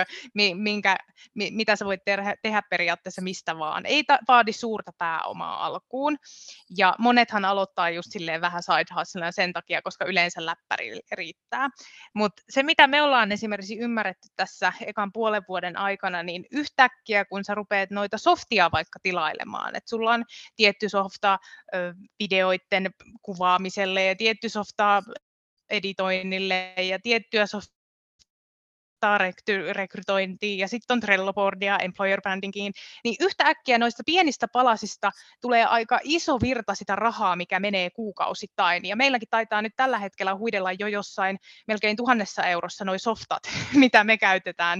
mitä sä voit tehdä periaatteessa mistä vaan. Ei vaadi suurta pääomaa alkuun, ja monethan aloittaa just silleen vähän side hustlena sen takia, koska yleensä läppäri riittää. Mutta se, mitä me ollaan esimerkiksi ymmärretty tässä ekan puolen vuoden aikana, niin yhtäkkiä, kun sä rupeat noita softia vaikka tilailemaan, että sulla on tietty softa videoiden kuvaamiselle ja tietty softa editoinnille ja tiettyä softaa rekrytointiin ja sitten on Trello-boardia, employer brandingiin, niin yhtäkkiä noista pienistä palasista tulee aika iso virta sitä rahaa, mikä menee kuukausittain. Ja meilläkin taitaa nyt tällä hetkellä huidella jo jossain melkein 1,000 eurossa noi softat, mitä me käytetään,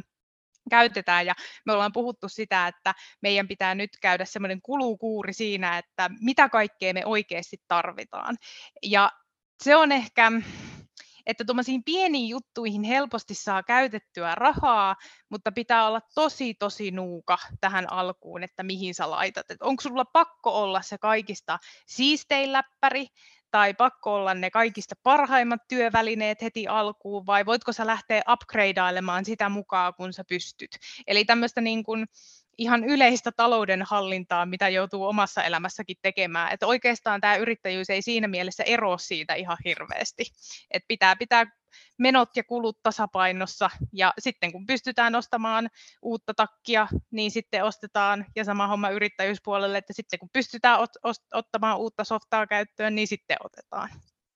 ja me ollaan puhuttu sitä, että meidän pitää nyt käydä semmoinen kulukuuri siinä, että mitä kaikkea me oikeasti tarvitaan. Ja se on ehkä, että tuommoisiin pieniin juttuihin helposti saa käytettyä rahaa, mutta pitää olla tosi nuuka tähän alkuun, että mihin sä laitat. Et onko sulla pakko olla se kaikista siistein läppäri, tai pakko olla ne kaikista parhaimmat työvälineet heti alkuun, vai voitko sä lähteä upgradeailemaan sitä mukaan, kun sä pystyt. Eli tämmöistä niin kuin ihan yleistä taloudenhallintaa, mitä joutuu omassa elämässäkin tekemään. Että oikeastaan tämä yrittäjyys ei siinä mielessä eroa siitä ihan hirveästi. Että pitää menot ja kulut tasapainossa, ja sitten kun pystytään ostamaan uutta takkia, niin sitten ostetaan, ja sama homma yrittäjyyspuolelle, että sitten kun pystytään ottamaan uutta softaa käyttöön, niin sitten otetaan.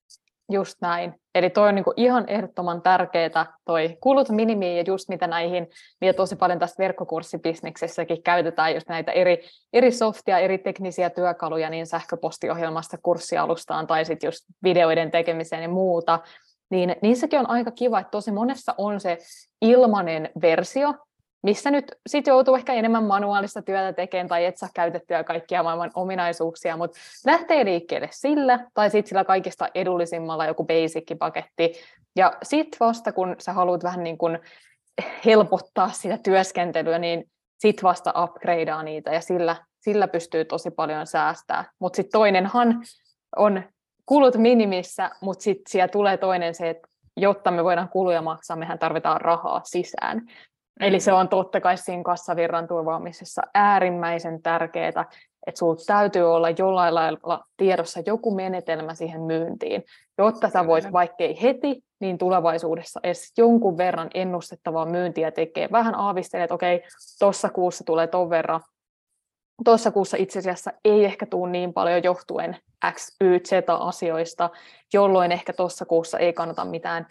Just näin. Eli toi on niinku ihan ehdottoman tärkeää, toi kulut minimiin ja just mitä näihin, mitä tosi paljon tässä verkkokurssibisneksessäkin käytetään, just näitä eri softia, eri teknisiä työkaluja, niin sähköpostiohjelmasta kurssialustaan tai sitten just videoiden tekemiseen ja muuta, niin niissäkin on aika kiva, että tosi monessa on se ilmainen versio, missä nyt sit joutuu ehkä enemmän manuaalista työtä tekemään tai et saa käytettyä kaikkia maailman ominaisuuksia, mutta lähtee liikkeelle sillä tai sitten sillä kaikista edullisimmalla joku basic-paketti. Ja sitten vasta kun sä haluat vähän niin kuin helpottaa sitä työskentelyä, niin sitten vasta upgradea niitä ja sillä pystyy tosi paljon säästämään. Mutta sitten toinenhan on kulut minimissä, mutta sitten siellä tulee toinen se, että jotta me voidaan kuluja maksaa, mehän tarvitaan rahaa sisään. Eli se on totta kai siinä kassavirran turvaamisessa äärimmäisen tärkeää, että sinulla täytyy olla jollain lailla tiedossa joku menetelmä siihen myyntiin, jotta sä voit, vaikkei heti, niin tulevaisuudessa edes jonkun verran ennustettavaa myyntiä tekee. Vähän aavistelee, että okei, tuossa kuussa tulee ton verran. Tuossa kuussa itse asiassa ei ehkä tule niin paljon johtuen X, Y, Z-asioista, jolloin ehkä tuossa kuussa ei kannata mitään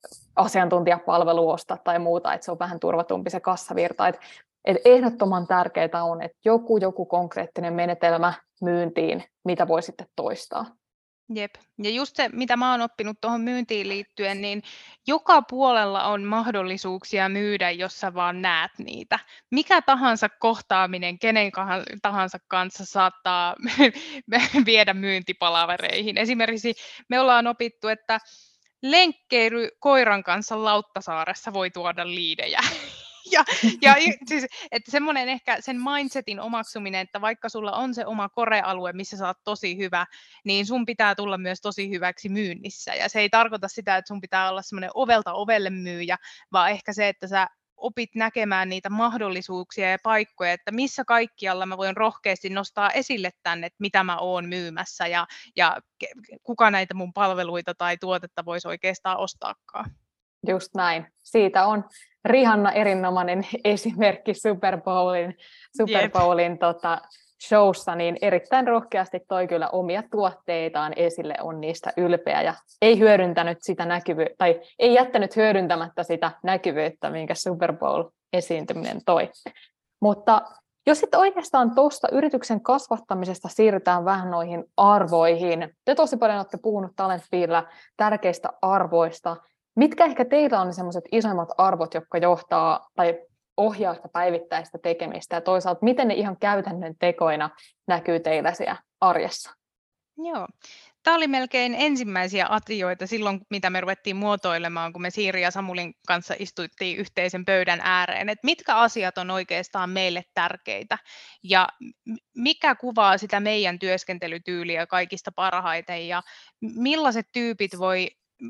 asiantuntijapalvelua ostaa tai muuta, että se on vähän turvatumpi se kassavirta. Et ehdottoman tärkeää on, että joku konkreettinen menetelmä myyntiin, mitä voi sitten toistaa. Jep. Ja just se, mitä mä oon oppinut tuohon myyntiin liittyen, niin joka puolella on mahdollisuuksia myydä, jos sä vaan näet niitä. Mikä tahansa kohtaaminen kenen tahansa kanssa saattaa viedä myyntipalavereihin. Esimerkiksi me ollaan opittu, että lenkkeily koiran kanssa Lauttasaaressa voi tuoda liidejä. Siis, että semmoinen ehkä sen mindsetin omaksuminen, että vaikka sulla on se oma core-alue, missä sä oot tosi hyvä, niin sun pitää tulla myös tosi hyväksi myynnissä. Ja se ei tarkoita sitä, että sun pitää olla semmoinen ovelta ovelle myyjä, vaan ehkä se, että sä opit näkemään niitä mahdollisuuksia ja paikkoja, että missä kaikkialla mä voin rohkeasti nostaa esille tänne, että mitä mä oon myymässä ja kuka näitä mun palveluita tai tuotetta voisi oikeastaan ostaakaan. Just näin. Siitä on Rihanna erinomainen esimerkki Super Bowlin showssa, niin erittäin rohkeasti toi kyllä omia tuotteitaan esille, on niistä ylpeä ja ei hyödyntänyt sitä tai ei jättänyt hyödyntämättä sitä näkyvyyttä, minkä Super Bowl-esiintyminen toi. Mutta jos sitten oikeastaan tuosta yrityksen kasvattamisesta siirrytään vähän noihin arvoihin. Te tosi paljon olette puhunut Talentfeedillä tärkeistä arvoista. Mitkä ehkä teillä on ne sellaiset isoimmat arvot, jotka johtaa tai ohjaa sitä päivittäistä tekemistä, ja toisaalta miten ne ihan käytännön tekoina näkyy teillä siellä arjessa? Joo. Tämä oli melkein ensimmäisiä asioita silloin, mitä me ruvettiin muotoilemaan, kun me Siiri ja Samulin kanssa istuttiin yhteisen pöydän ääreen, että mitkä asiat on oikeastaan meille tärkeitä ja mikä kuvaa sitä meidän työskentelytyyliä kaikista parhaiten ja millaiset tyypit voi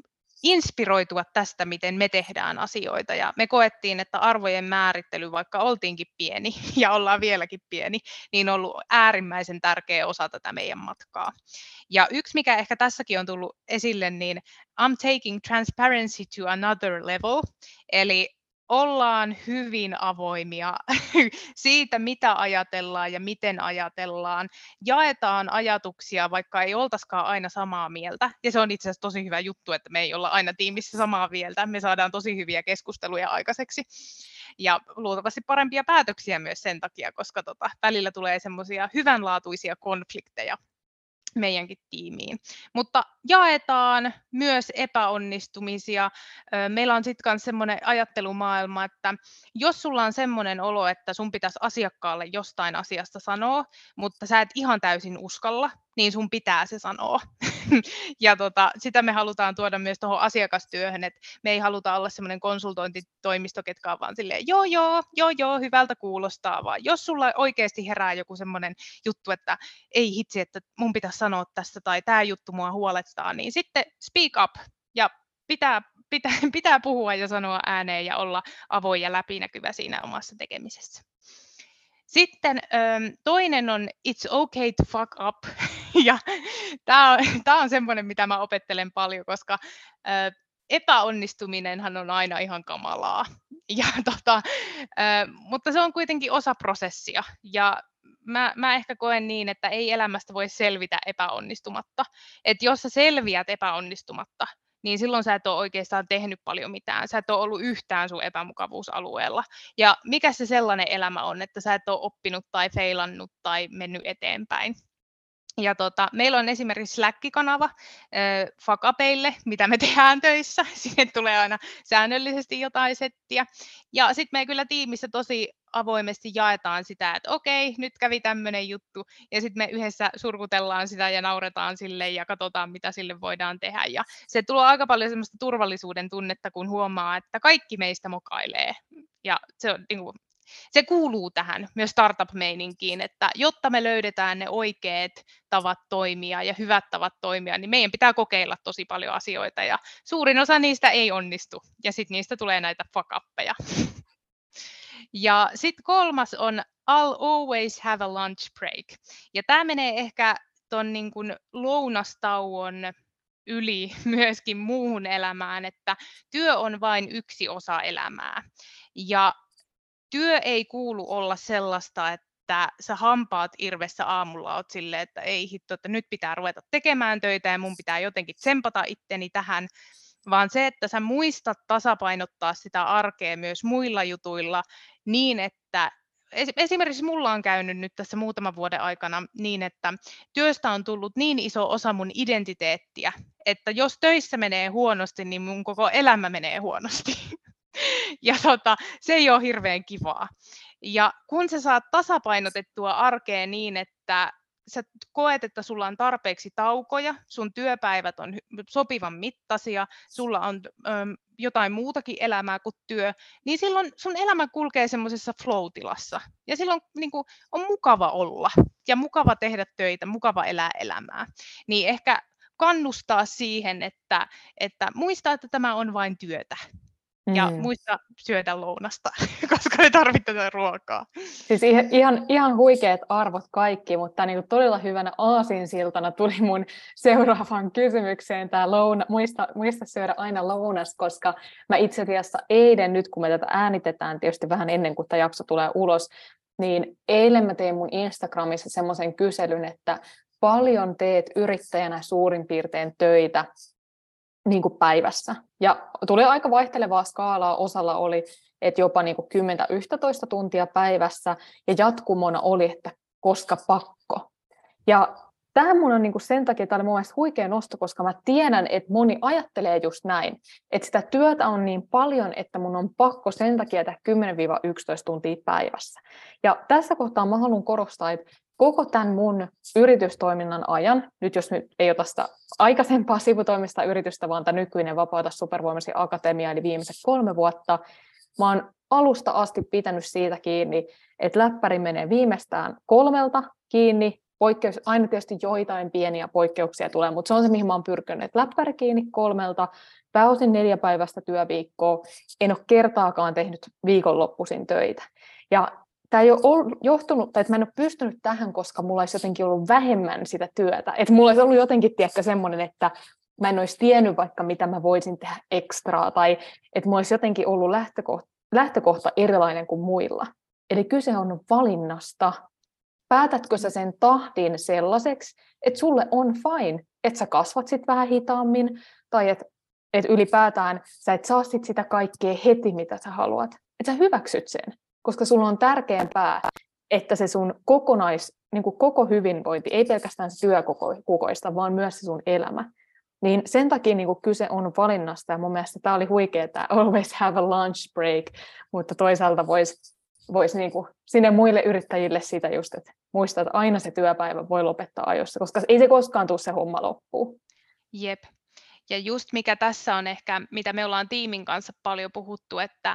inspiroitua tästä, miten me tehdään asioita. Ja me koettiin, että arvojen määrittely, vaikka oltiinkin pieni ja ollaan vieläkin pieni, niin on ollut äärimmäisen tärkeä osa tätä meidän matkaa. Ja yksi, mikä ehkä tässäkin on tullut esille, niin I'm taking transparency to another level. Eli ollaan hyvin avoimia siitä, mitä ajatellaan ja miten ajatellaan. Jaetaan ajatuksia, vaikka ei oltaisikaan aina samaa mieltä. Ja se on itse asiassa tosi hyvä juttu, että me ei olla aina tiimissä samaa mieltä. Me saadaan tosi hyviä keskusteluja aikaiseksi. Ja luultavasti parempia päätöksiä myös sen takia, koska välillä tulee semmoisia hyvänlaatuisia konflikteja meidänkin tiimiin. Mutta jaetaan myös epäonnistumisia. Meillä on sitten myös semmoinen ajattelumaailma, että jos sulla on semmoinen olo, että sun pitäisi asiakkaalle jostain asiasta sanoa, mutta sä et ihan täysin uskalla, niin sun pitää se sanoa. Ja sitä me halutaan tuoda myös tuohon asiakastyöhön, että me ei haluta olla semmoinen konsultointitoimisto, ketkä on vaan silleen, joo, hyvältä kuulostaa, vaan jos sulla oikeasti herää joku semmoinen juttu, että ei hitsi, että mun pitäisi sanoa tästä tai tämä juttu mua huolettaa, niin sitten speak up ja pitää puhua ja sanoa ääneen ja olla avoin ja läpinäkyvä siinä omassa tekemisessä. Sitten toinen on it's okay to fuck up. Ja tämä on semmoinen, mitä mä opettelen paljon, koska epäonnistuminenhan on aina ihan kamalaa. Ja mutta se on kuitenkin osa prosessia. Ja mä ehkä koen niin, että ei elämästä voi selvitä epäonnistumatta. Että jos sä selviät epäonnistumatta, niin silloin sä et ole oikeastaan tehnyt paljon mitään. Sä et ole ollut yhtään sun epämukavuusalueella. Ja mikä se sellainen elämä on, että sä et ole oppinut tai feilannut tai mennyt eteenpäin. Ja meillä on esimerkiksi Slack-kanava fuck-upeille, mitä me tehdään töissä. Sinne tulee aina säännöllisesti jotain settiä. Ja sitten me kyllä tiimissä tosi avoimesti jaetaan sitä, että okei, nyt kävi tämmöinen juttu. Ja sitten me yhdessä surkutellaan sitä ja nauretaan sille ja katsotaan, mitä sille voidaan tehdä. Ja se tuo aika paljon semmoista turvallisuuden tunnetta, kun huomaa, että kaikki meistä mokailee. Ja se on niin kuin, se kuuluu tähän myös startup-meininkiin, että jotta me löydetään ne oikeat tavat toimia ja hyvät tavat toimia, niin meidän pitää kokeilla tosi paljon asioita ja suurin osa niistä ei onnistu ja sitten niistä tulee näitä fuck-uppeja. Ja sitten kolmas on I'll always have a lunch break. Ja tämä menee ehkä ton niin kuin lounastauon yli myöskin muuhun elämään, että työ on vain yksi osa elämää. Ja työ ei kuulu olla sellaista, että sä hampaat irvessä aamulla oot silleen, että ei hitto, että nyt pitää ruveta tekemään töitä ja mun pitää jotenkin tsempata itteni tähän, vaan se, että sä muistat tasapainottaa sitä arkea myös muilla jutuilla niin, että esimerkiksi mulla on käynyt nyt tässä muutaman vuoden aikana niin, että työstä on tullut niin iso osa mun identiteettiä, että jos töissä menee huonosti, niin mun koko elämä menee huonosti. Ja se ei ole hirveän kivaa. Ja kun sä saat tasapainotettua arkeen niin, että sä koet, että sulla on tarpeeksi taukoja, sun työpäivät on sopivan mittaisia, sulla on jotain muutakin elämää kuin työ, niin silloin sun elämä kulkee semmoisessa flow-tilassa. Ja silloin niin kuin, on mukava olla ja mukava tehdä töitä, mukava elää elämää. Niin ehkä kannustaa siihen, että muista, että tämä on vain työtä. Ja muista syödä lounasta, koska ei tarvitse tätä ruokaa. Siis ihan huikeat arvot kaikki, mutta niin todella hyvänä aasinsiltana tuli mun seuraavaan kysymykseen tämä muista syödä aina lounas, koska mä itse asiassa eilen, nyt kun me tätä äänitetään tietysti vähän ennen kuin tämä jakso tulee ulos, niin eilen mä tein mun Instagramissa semmoisen kyselyn, että paljon teet yrittäjänä suurin piirtein töitä niin kuin päivässä. Ja tuli aika vaihtelevaa skaalaa. Osalla oli, että jopa niin kuin 10-11 tuntia päivässä, ja jatkumona oli, että koska pakko. Ja tähän mun on niin kuin sen takia, tämä oli mun mielestä huikea nosto, koska mä tiedän, että moni ajattelee just näin, että sitä työtä on niin paljon, että mun on pakko sen takia tehdä 10-11 tuntia päivässä. Ja tässä kohtaa mä haluan korostaa, että koko tämän mun yritystoiminnan ajan, nyt jos nyt ei ota sitä aikaisempaa sivutoimista yritystä, vaan tämä nykyinen Vapauta supervoimasi akatemia, eli viimeiset 3 vuotta, mä oon alusta asti pitänyt siitä kiinni, että läppäri menee viimeistään 3 kiinni, aina tietysti joitain pieniä poikkeuksia tulee, mutta se on se, mihin mä oon pyrkinyt, että läppäri kiinni 3, pääosin 4-päiväistä työviikkoa, en ole kertaakaan tehnyt viikonloppuisin töitä. Ja tämä ei ole johtunut, tai että mä en ole pystynyt tähän, koska mulla olisi jotenkin ollut vähemmän sitä työtä. Että mulla olisi ollut jotenkin semmoinen, että mä en olisi tiennyt vaikka mitä mä voisin tehdä ekstraa, tai että mulla olisi jotenkin ollut lähtökohta erilainen kuin muilla. Eli kyse on valinnasta. Päätätkö sä sen tahdin sellaiseksi, että sulle on fine, että sä kasvat sit vähän hitaammin, tai että ylipäätään sä et saa sit sitä kaikkea heti, mitä sä haluat. Että sä hyväksyt sen. Koska sulla on tärkeämpää, että se sun niin kuin koko hyvinvointi, ei pelkästään se työkukoista, vaan myös se sun elämä. Niin sen takia niin kuin kyse on valinnasta, ja mun mielestä tämä oli huikea, tämä always have a lunch break, mutta toisaalta voisi niin kuin sinne muille yrittäjille sitä just, että muistaa, että aina se työpäivä voi lopettaa ajoissa, koska ei se koskaan tule se homma loppuun. Jep. Ja just mikä tässä on ehkä, mitä me ollaan tiimin kanssa paljon puhuttu, että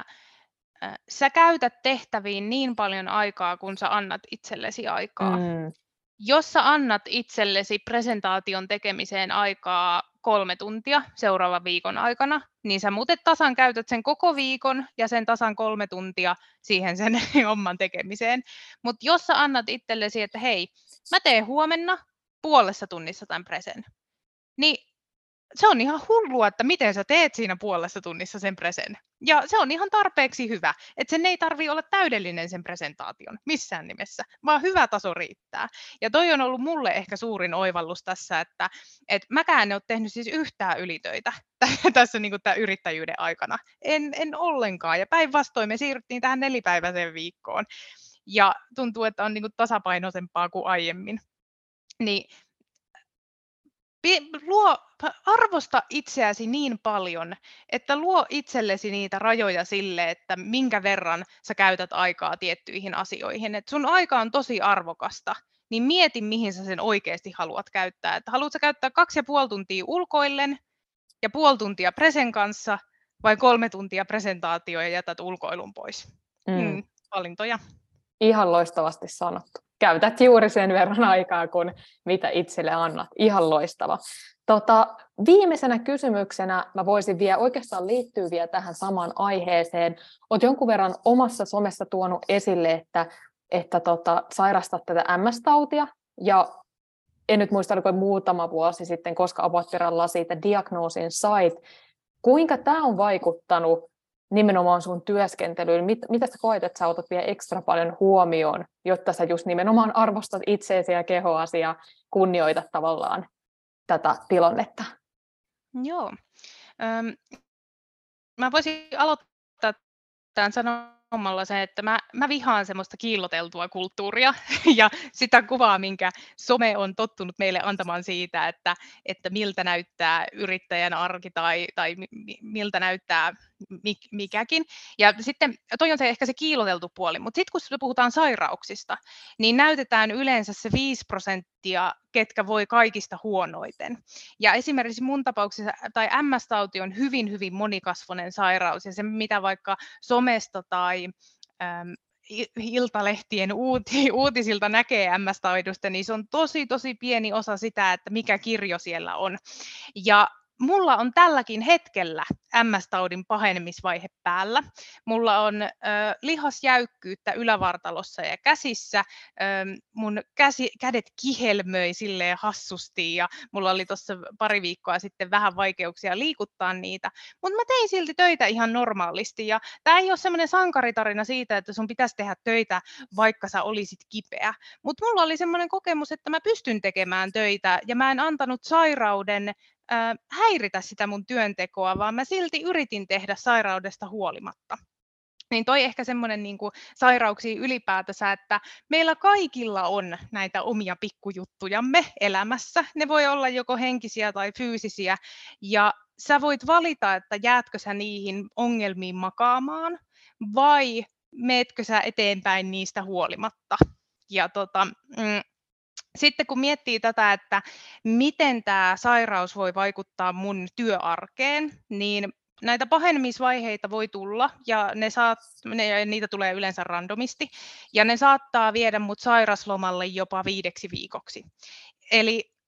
sä käytät tehtäviin niin paljon aikaa, kun sä annat itsellesi aikaa. Jos sä annat itsellesi presentaation tekemiseen aikaa 3 tuntia seuraavan viikon aikana, niin sä muuten tasan käytät sen koko viikon ja sen tasan 3 tuntia siihen sen homman tekemiseen. Mutta jos sä annat itsellesi, että hei, mä teen huomenna 0,5 tunnissa tämän presen, niin se on ihan hullua, että miten sä teet siinä 0,5 tunnissa sen presen. Ja se on ihan tarpeeksi hyvä, että sen ei tarvitse olla täydellinen sen presentaation missään nimessä, vaan hyvä taso riittää. Ja toi on ollut mulle ehkä suurin oivallus tässä, että mäkään en ole tehnyt siis yhtään ylitöitä tässä niin kuin tämän yrittäjyyden aikana. En ollenkaan. Ja päinvastoin me siirryttiin tähän 4-päiväiseen viikkoon. Ja tuntuu, että on niin kuin tasapainoisempaa kuin aiemmin. Niin arvosta itseäsi niin paljon, että luo itsellesi niitä rajoja sille, että minkä verran sä käytät aikaa tiettyihin asioihin. Et sun aika on tosi arvokasta, niin mieti, mihin sä sen oikeasti haluat käyttää. Että haluatko käyttää 2,5 tuntia ulkoillen ja 0,5 tuntia presen kanssa vai 3 tuntia presentaatio ja jätät ulkoilun pois? Valintoja. Ihan loistavasti sanottu. Käytät juuri sen verran aikaa, kuin mitä itselle annat. Ihan loistava. Viimeisenä kysymyksenä mä voisin oikeastaan liittyä vielä tähän samaan aiheeseen. Olet jonkun verran omassa somessa tuonut esille, että sairastat tätä MS-tautia, ja en nyt muista, oliko muutama vuosi sitten, koska avoittiralla siitä diagnoosin sait. Kuinka tämä on vaikuttanut nimenomaan sun työskentelyyn? Mitä sä koet, että sä otat vielä ekstra paljon huomioon, jotta sä just nimenomaan arvostat itseäsi ja kehoasi ja kunnioitat tavallaan tätä tilannetta? Joo. Mä voisin aloittaa tämän sanomalla, sanomalla se, että mä vihaan semmoista kiilloteltua kulttuuria ja sitä kuvaa, minkä some on tottunut meille antamaan siitä, että miltä näyttää yrittäjän arki tai miltä näyttää mikäkin. Ja sitten toi on se ehkä se kiilloteltu puoli, mutta sitten kun puhutaan sairauksista, niin näytetään yleensä se 5%, ketkä voi kaikista huonoiten. Ja esimerkiksi mun tapauksessa, tai MS-tauti on hyvin, hyvin monikasvoinen sairaus, ja se mitä vaikka somesta tai iltalehtien uutisilta näkee MS-taudusta, niin se on tosi, tosi pieni osa sitä, että mikä kirjo siellä on. Ja mulla on tälläkin hetkellä MS-taudin pahenemisvaihe päällä. Mulla on lihasjäykkyyttä ylävartalossa ja käsissä. Mun kädet kihelmöi silleen hassusti ja mulla oli tuossa pari viikkoa sitten vähän vaikeuksia liikuttaa niitä. Mutta mä tein silti töitä ihan normaalisti ja tämä ei ole semmoinen sankaritarina siitä, että sun pitäisi tehdä töitä, vaikka sä olisit kipeä. Mutta mulla oli semmoinen kokemus, että mä pystyn tekemään töitä ja mä en antanut sairauden häiritä sitä mun työntekoa, vaan mä silti yritin tehdä sairaudesta huolimatta. Niin toi ehkä semmoinen niin kuin sairauksia ylipäätänsä, että meillä kaikilla on näitä omia pikkujuttujamme elämässä. Ne voi olla joko henkisiä tai fyysisiä, ja sä voit valita, että jäätkö sä niihin ongelmiin makaamaan, vai meetkö sä eteenpäin niistä huolimatta. Ja sitten kun miettii tätä, että miten tämä sairaus voi vaikuttaa mun työarkeen, niin näitä pahenemisvaiheita voi tulla ja niitä tulee yleensä randomisti ja ne saattaa viedä mut sairaslomalle jopa 5 viikoksi. Eli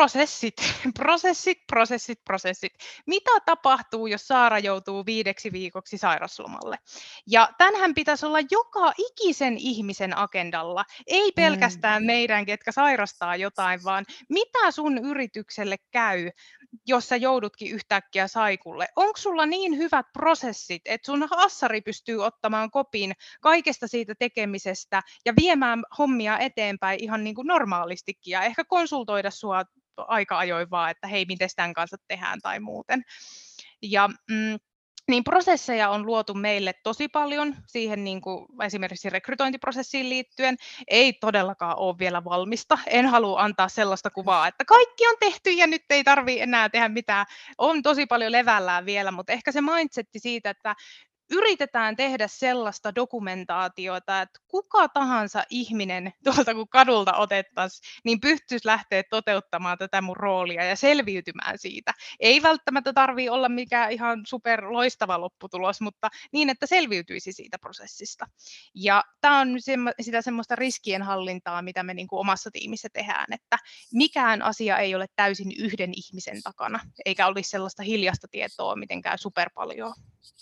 prosessit. Mitä tapahtuu, jos Saara joutuu 5 viikoksi sairaslomalle? Ja tämänhän pitäisi olla joka ikisen ihmisen agendalla, ei pelkästään meidän, ketkä sairastaa jotain, vaan mitä sun yritykselle käy, jos sä joudutkin yhtäkkiä saikulle. Onko sulla niin hyvät prosessit, että sun assari pystyy ottamaan kopin kaikesta siitä tekemisestä ja viemään hommia eteenpäin ihan niin kuin normaalistikin ja ehkä konsultoida sua aika ajoin vaan, että hei, miten tämän kanssa tehdään tai muuten. Ja niin prosesseja on luotu meille tosi paljon siihen niin kuin esimerkiksi rekrytointiprosessiin liittyen. Ei todellakaan ole vielä valmista. En halua antaa sellaista kuvaa, että kaikki on tehty ja nyt ei tarvitse enää tehdä mitään. On tosi paljon levällään vielä, mutta ehkä se mindsetti siitä, että yritetään tehdä sellaista dokumentaatiota, että kuka tahansa ihminen tuolta kun kadulta otettaisiin, niin pystyisi lähteä toteuttamaan tätä mun roolia ja selviytymään siitä. Ei välttämättä tarvitse olla mikään ihan super loistava lopputulos, mutta niin, että selviytyisi siitä prosessista. Ja tämä on sitä semmoista riskienhallintaa, mitä me niin kuin omassa tiimissä tehdään, että mikään asia ei ole täysin yhden ihmisen takana, eikä olisi sellaista hiljaista tietoa mitenkään super paljon.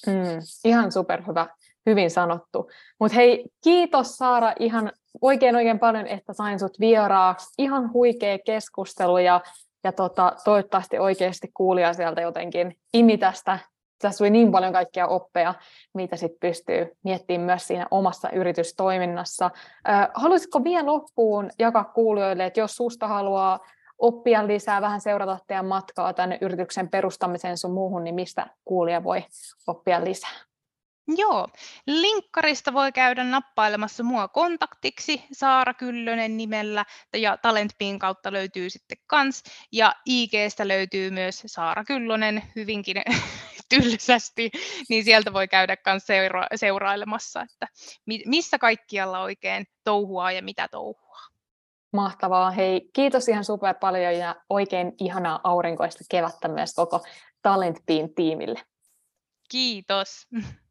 Ihan superhyvä, hyvin sanottu. Mutta hei, kiitos Saara ihan oikein paljon, että sain sut vieraaksi. Ihan huikea keskustelu ja toivottavasti oikeasti kuulija sieltä jotenkin imi tästä. Tässä oli niin paljon kaikkia oppeja, mitä sit pystyy miettimään myös siinä omassa yritystoiminnassa. Haluaisitko vielä loppuun jakaa kuulijoille, että jos susta haluaa oppia lisää, vähän seurata teidän matkaa tänne yrityksen perustamiseen sun muuhun, niin mistä kuulija voi oppia lisää? Joo, linkkarista voi käydä nappailemassa mua kontaktiksi Saara Kyllönen nimellä ja Talentbean kautta löytyy sitten kans ja IG:stä löytyy myös Saara Kyllönen hyvinkin tylsästi, niin sieltä voi käydä kans seurailemassa, että missä kaikkialla oikein touhuaa ja mitä touhuaa. Mahtavaa. Hei, kiitos ihan super paljon ja oikein ihanaa aurinkoista kevättä myös koko Talentbean tiimille. Kiitos.